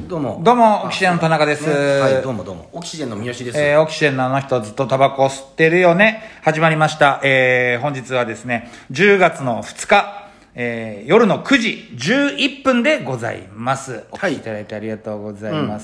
どうもオキシジェンの田中です、 はい、どうもオキシジェンの三好です。 オキシジェンのあの人ずっとタバコ吸ってるよね始まりました。本日はですね10月の2日、夜の9時11分でございます。お聞きいただいてありがとうございます、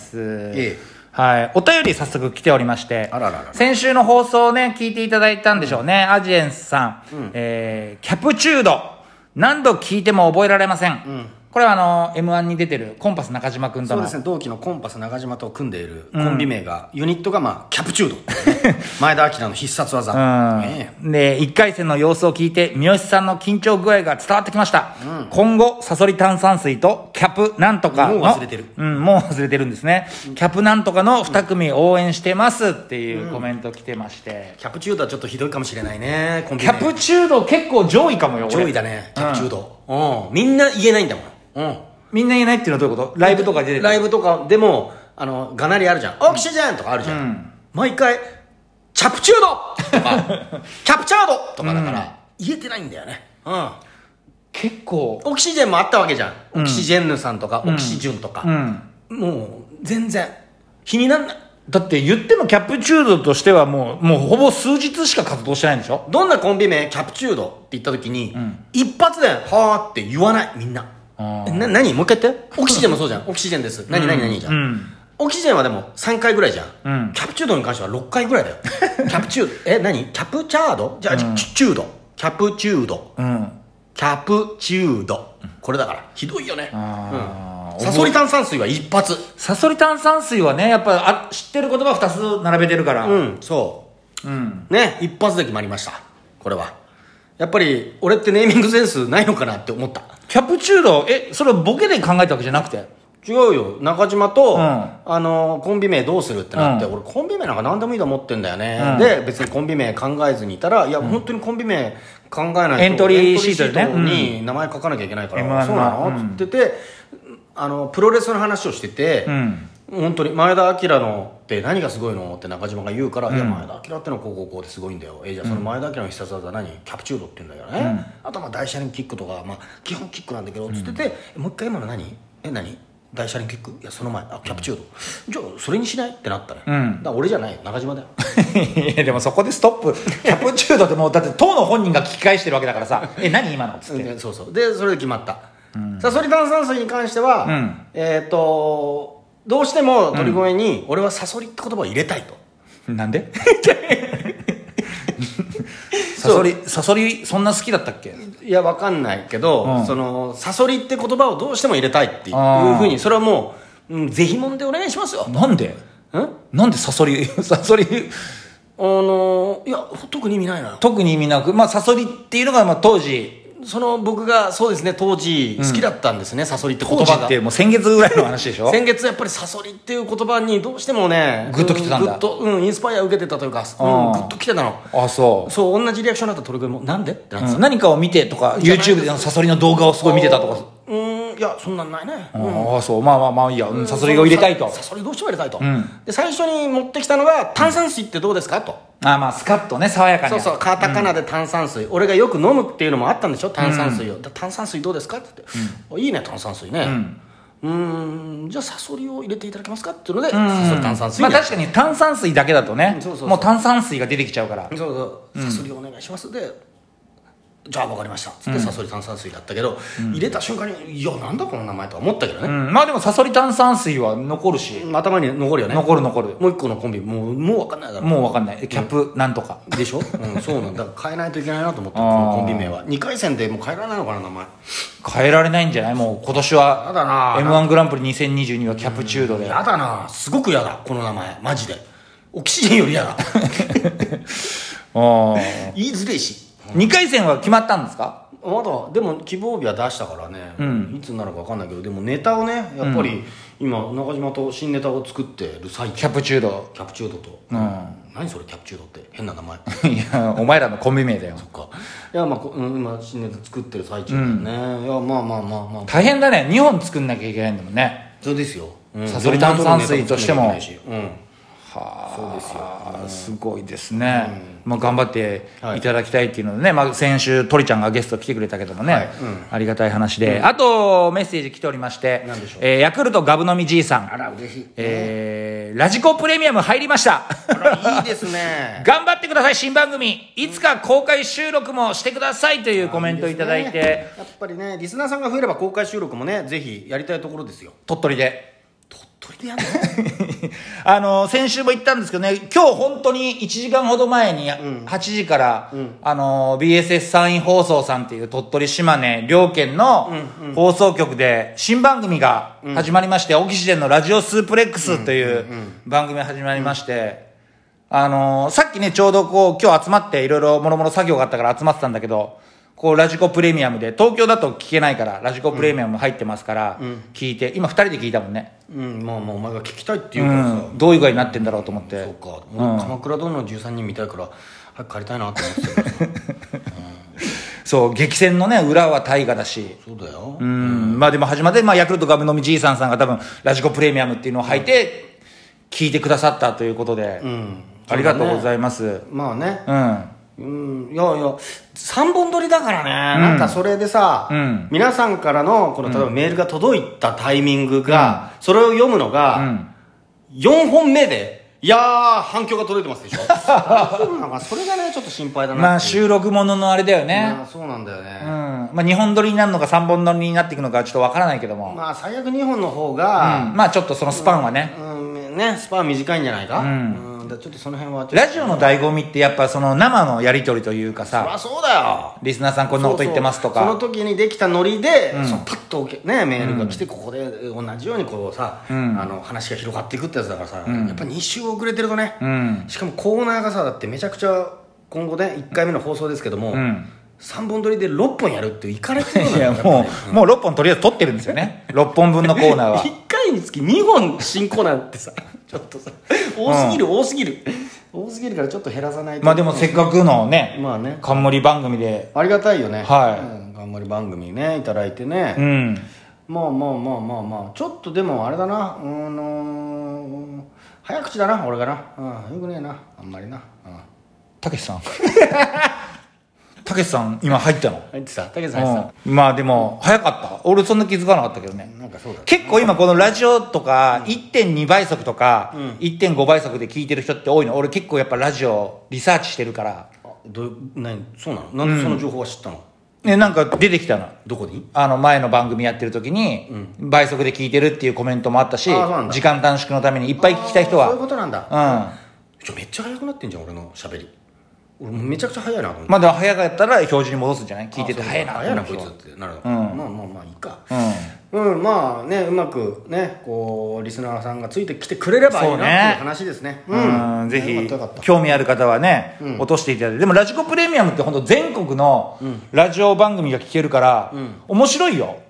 はい、お便り早速来ておりまして、先週の放送をね聞いていただいたんでしょうね、アジエンスさん、キャプチュード何度聞いても覚えられません、これはM1 に出てるコンパス中島くんとの、 そうですね、同期のコンパス中島と組んでいるコンビ名が、ユニットがキャプチュード、前田明の必殺技、 で1回戦の様子を聞いて三好さんの緊張具合が伝わってきました、今後サソリ炭酸水とキャプなんとかのもう忘れてる、 もう忘れてるんですね、キャプなんとかの2組応援してますっていうコメント来てまして、 キャプチュードはちょっとひどいかもしれないね。コンビキャプチュード結構上位かもよ。 上位だね、キャプチュード、みんな言えないんだもん。 みんな言えないっていうのはどういうこと？ライブとかで出てる？ ライブとかでもがなりあるじゃん、オキシジェンとかあるじゃん、毎回チャプチュードとかキャプチャードとかだから、言えてないんだよね。 結構オキシジェンもあったわけじゃん、オキシジェンヌさんとか、オキシジュンとか、もう全然比になんない。 だって言ってもキャプチュードとしてはもうほぼ数日しか活動してないんでしょ。 どんなコンビ名キャプチュードって言った時に、一発ではーって言わない、みんな。何もう一回言って。オキシジェンもそうじゃん、オキシジェンです、何じゃん、オキシジェンはでも3回ぐらいじゃん、キャプチュードに関しては6回ぐらいだよ。キャプチュード何キャプチャードじゃあ、チュードキャプチュード、キャプチュード、これだからひどいよね。サソリ炭酸水は一発。 サソリ炭酸水はねやっぱ知ってる言葉2つ並べてるから、 そうね、一発で決まりました。これはやっぱり俺ってネーミングセンスないのかなって思った。 キャプチュードそれはボケで考えたわけじゃなくて？ 違うよ、中島と、コンビ名どうするってなって、俺コンビ名なんか何でもいいと思ってんだよね、で別にコンビ名考えずにいたら、いや本当にコンビ名考えないとエントリーシートに名前書かなきゃいけないから、そうなのって言ってて、プロレスの話をしてて、本当に前田明のって何がすごいのって中島が言うから、いや前田明ってのはこうですごいんだよ、じゃあその前田明の必殺技は何？キャプチュードって言うんだよね、あと大車輪キックとか、基本キックなんだけどつってて、もう一回今の何大車輪キック、いやその前キャプチュード、じゃあそれにしないってなったね、だから俺じゃないよ、中島だよ。 いやでもそこでストップ。キャプチュードってもうだって当の本人が聞き返してるわけだからさ、何今のっつって、 そうでそれで決まった。サソリ炭酸水に関しては、どうしても鳥越に、俺はサソリって言葉を入れたいと。 なんで？サソリそんな好きだったっけ？ いや分かんないけど、サソリって言葉をどうしても入れたいっていうふうに、それはもう、ぜひもんでお願いしますよ。 なんでサソリいや特に意味ないな。 特に意味なく、サソリっていうのが当時僕がそうですね当時好きだったんですね、サソリって言葉が。 当時ってもう先月ぐらいの話でしょ。 先月やっぱりサソリっていう言葉にどうしてもねグッときてたんだ。 グッと、インスパイア受けてたというか、グッときてたの。 そう同じリアクションだった鳥越もなんでってなってた、 何かを見てとか YouTube でサソリの動画をすごい見てたとか。 いやそんなんないね。 そういいや、サソリを入れたいと。 サソリどうしても入れたいと、で最初に持ってきたのが炭酸水ってどうですかと。 スカッとね爽やかに。 そうカタカナで炭酸水、俺がよく飲むっていうのもあったんでしょ、炭酸水を、炭酸水どうですかって言って、いいね炭酸水ね、じゃあサソリを入れていただけますかっていうので、サソリ炭酸水、 確かに炭酸水だけだとね、もう炭酸水が出てきちゃうから、 サソリお願いしますで、じゃあ分かりましたっつって、サソリ炭酸水だったけど、入れた瞬間にいやなんだこの名前とは思ったけどね、 でもサソリ炭酸水は残るし、 頭に残るよね。残るもう一個のコンビもう分かんないだろ。 もう分かんない、キャップなんとかでしょ、そうなんだから変えないといけないなと思って、このコンビ名は2回戦でもう変えられないのかな、名前変えられないんじゃない？もう今年はやだな、 M1 グランプリ2022はキャプチュードで。 やだな、すごくやだこの名前、マジでオキシジェンよりやだ。言いづれえし。 2回戦は決まったんですか？ まだでも希望日は出したからね、いつになるか分かんないけど、でもネタをねやっぱり、今中島と新ネタを作ってる最中。 キャプチュードと、何それキャプチュードって変な名前。 いやお前らのコンビ名だよ。 そっか。いや今新ネタ作ってる最中だよね、いや大変だね、2本作んなきゃいけないんだもんね。 そうですよ、 サソリ炭酸水としても。 そうですよ、 すごいですね、まあ、頑張っていただきたいっていうのでね、まあ、先週鳥ちゃんがゲスト来てくれたけどもね、ありがたい話で、あとメッセージ来ておりまして、ヤクルトガブ飲みじいさん、 あら嬉しい、 ラジコプレミアム入りました。 あらいいですね頑張ってください、新番組いつか公開収録もしてくださいというコメントをいただいて、 やっぱりねリスナーさんが増えれば公開収録もねぜひやりたいところですよ。 鳥取でやん先週も言ったんですけどね、今日本当に1時間ほど前に8時から、BSS 山陰放送さんっていう鳥取島根両県の放送局で新番組が始まりまして、オキシジェンのラジオスープレックスという番組が始まりまして、さっきねちょうどこう今日集まっていろいろもろもろ作業があったから集まってたんだけど、こうラジコプレミアムで東京だと聞けないからラジコプレミアム入ってますから、聞いて今2人で聞いたもんね。 まあまあお前が聞きたいっていうからさ、 どういう具合になってんだろうと思って。 そうか、鎌倉殿の13人見たいから早く借りたいなと思ってたからそう激戦のね裏は大河だし、 そうだよ。 まあでも始まって、まあ、ヤクルトガブ飲みじいさんが多分ラジコプレミアムっていうのを履いて聞いてくださったということで、ありがとうございます。 まあね、いや3本撮りだからね、なんかそれでさ、皆さんからのこの例えばメールが届いたタイミングが、それを読むのが、4本目でいやー反響が届いてますでしょなんかそれがねちょっと心配だな。 まあ収録もののあれだよね。 まあそうなんだよね。 まあ2本撮りになるのか3本撮りになっていくのかちょっとわからないけども、 まあ最悪2本の方が、 まあちょっとそのスパンはね、 スパン短いんじゃないか。だちょっとその辺はラジオの醍醐味ってやっぱその生のやり取りというかさ、 そりゃそうだよ、 リスナーさんこんなこと言ってますとか、 その時にできたノリで、パッとねメールが来て、ここで同じようにこうさ、話が広がっていくってやつだからさ、やっぱ2週遅れてるとね、しかもコーナーがさだってめちゃくちゃ今後ね1回目の放送ですけども、3本撮りで6本やるっていかれてるのよ。 いやもう6本とりあえず撮ってるんですよね6本分のコーナーは 1回につき2本新コーナーってさちょっとさ多すぎるからちょっと減らさないと。 まあでもせっかくのね、 まあね冠番組でありがたいよね。 はい、 冠番組ねいただいてね、まあちょっとでもあれだな、早口だな俺がな、よくねえなあんまりな。 たけしさんたけしさん今入ったの？ 入ってた、たけしさん入ってた。 まあでも早かった。俺そんな気づかなかったけどね。 なんかそうだね、 結構今このラジオとか 1.2 倍速とか 1.5 倍速で聞いてる人って多いの。俺結構やっぱラジオリサーチしてるから。 そうなの？なんでその情報は知ったの？ なんか出てきたの。 どこに？ 前の番組やってる時に倍速で聞いてるっていうコメントもあったし、時間短縮のためにいっぱい聞きたい人は。 そういうことなんだ。めっちゃ早くなってんじゃん俺の喋り。俺めちゃくちゃ早いなと思って。 まあでも早かったら表示に戻すんじゃない？聞いてて早いなこいつってなる。まあいいか。まあねうまくねこうリスナーさんがついてきてくれればいいなっていう話ですね。 ぜひ興味ある方はね落としていただいて。でもラジコプレミアムって本当全国のラジオ番組が聞けるから面白いよ。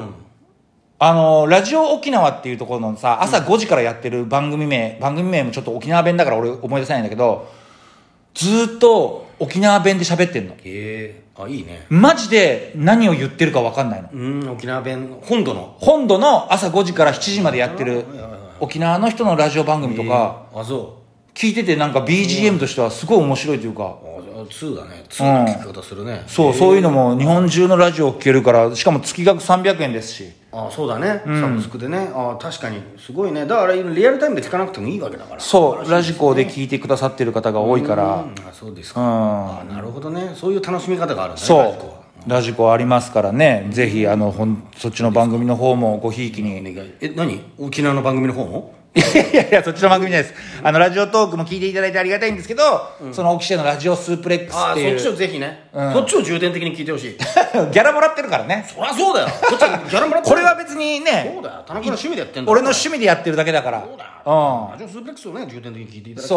ラジオ沖縄っていうところのさ朝5時からやってる番組名もちょっと沖縄弁だから俺思い出せないんだけど、ずっと沖縄弁で喋ってんの。 いいね。 マジで何を言ってるか分かんないの。 沖縄弁本土の朝5時から7時までやってる沖縄の人のラジオ番組とか聞いてて、なんか BGM としてはすごい面白いというか、 2だね。2の聞き方するね。 そういうのも日本中のラジオを聞けるから、しかも月額300円ですし。 そうだね、サブスクでね。確かにすごいね。だからリアルタイムで聞かなくてもいいわけだから。 そうラジコで聞いてくださってる方が多いから。 そうですか。なるほどね。そういう楽しみ方があるんだね。 そうラジコありますからね、ぜひそっちの番組の方もごひいきに。 何？沖縄の番組の方も？ いやそっちの番組じゃないです。ラジオトークも聞いていただいてありがたいんですけど、そのオキシエのラジオスープレックスっていう、 そっちをぜひね、そっちを重点的に聞いてほしい。 ギャラもらってるからね。 そりゃそうだよ。こっちはギャラもらってる。 これは別にね、 そうだよ、田中の趣味でやってんだ。 俺の趣味でやってるだけだから。 そうだよ。ラジオスープレックスをね重点的に聞いていただきたい。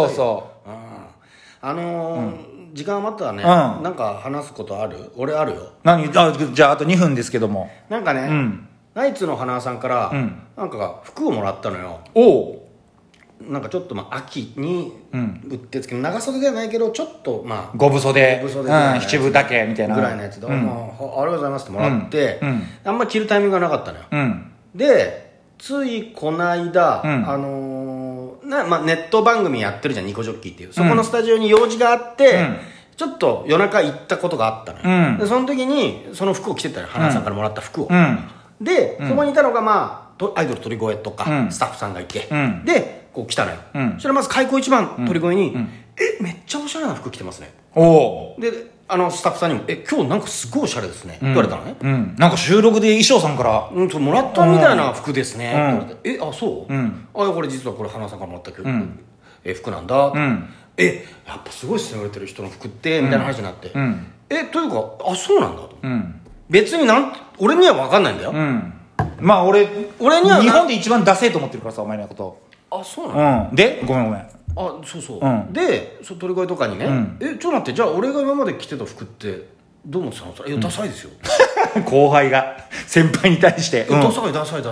時間余ったらね、なんか話すことある？俺あるよ。 じゃああと2分ですけども、 なんかね、ナイツの花輪さんからなんか服をもらったのよ。なんかちょっと秋に売ってつけど、長袖ではないけどちょっと五分袖七分だけみたいなぐらいのやつで、ありがとうございますってもらって、あんまり着るタイミングがなかったのよ。でついこの間、 まあ、ネット番組やってるじゃん、ニコジョッキーっていう。そこのスタジオに用事があって、ちょっと夜中行ったことがあったのよ。で、その時に、その服を着てたよ。花さんからもらった服を。で、そこにいたのが、まあ、アイドル鳥越とか、スタッフさんがいて、で、こう来たのよ。そしたらまず開口一番鳥越に、めっちゃおしゃれな服着てますね。で、スタッフさんにも、今日なんかすごいおしゃれですね。言われたのね。 なんか収録で衣装さんから。 もらったみたいな服ですね。言われて、あ、そう？これ実はこれ花さんからもらった服なんだ。やっぱすごいっすね、言われてる人の服って、みたいな話になって。というか、あ、そうなんだと。別に俺には分かんないんだよ。 まあ俺には日本で一番ダセえと思ってるからさ、お前のこと。 あ、そうなの？ で、ごめん。 あ、そうそう。で、鳥越とかにね、ちょっと待って、じゃあ俺が今まで着てた服ってどう思ってたの？ダサいですよ。 後輩が先輩に対して。 ダサい。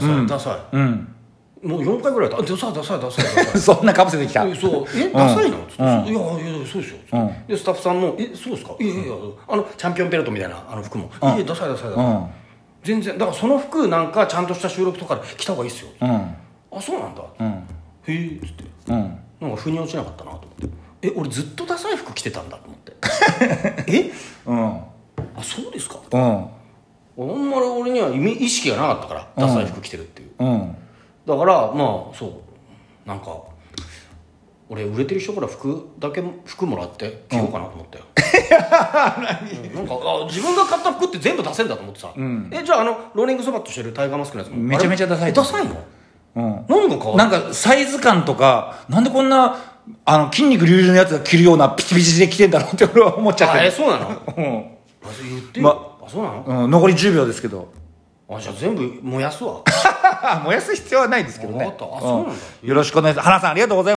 もう4回ぐらいだ。ダサい。 そんなかぶせてきた。 そう、ダサいの？いや、そうですよ。で、スタッフさんも、そうですか？いや、チャンピオンベルトみたいな服も、いや、ダサい。全然、だからその服なんかちゃんとした収録とかで着た方がいいっすよ。あ、そうなんだ。へえ、つって。なんか腑に落ちなかったなと思って。俺ずっとダサい服着てたんだと思って。あ、そうですか？あんまり俺には意識がなかったから、ダサい服着てるっていう。だからまあそうなんか俺売れてる人から服もらって着ようかなと思ったよ。なんか自分が買った服って全部出せんだと思ってさ。じゃあローリングそばっとしてるタイガーマスクのやつもめちゃめちゃダサい。 ダサいの？何が変わる？ なんかサイズ感とか、なんでこんな筋肉隆々のやつが着るようなピチピチで着てんだろうって俺は思っちゃってる。 そうなの？言ってよ。そうなの？ 残り10秒ですけど。 じゃあ全部燃やすわ。 燃やす必要はないですけどね。 分かった。そうなんだ。 よろしくお願いします。花さんありがとうございます。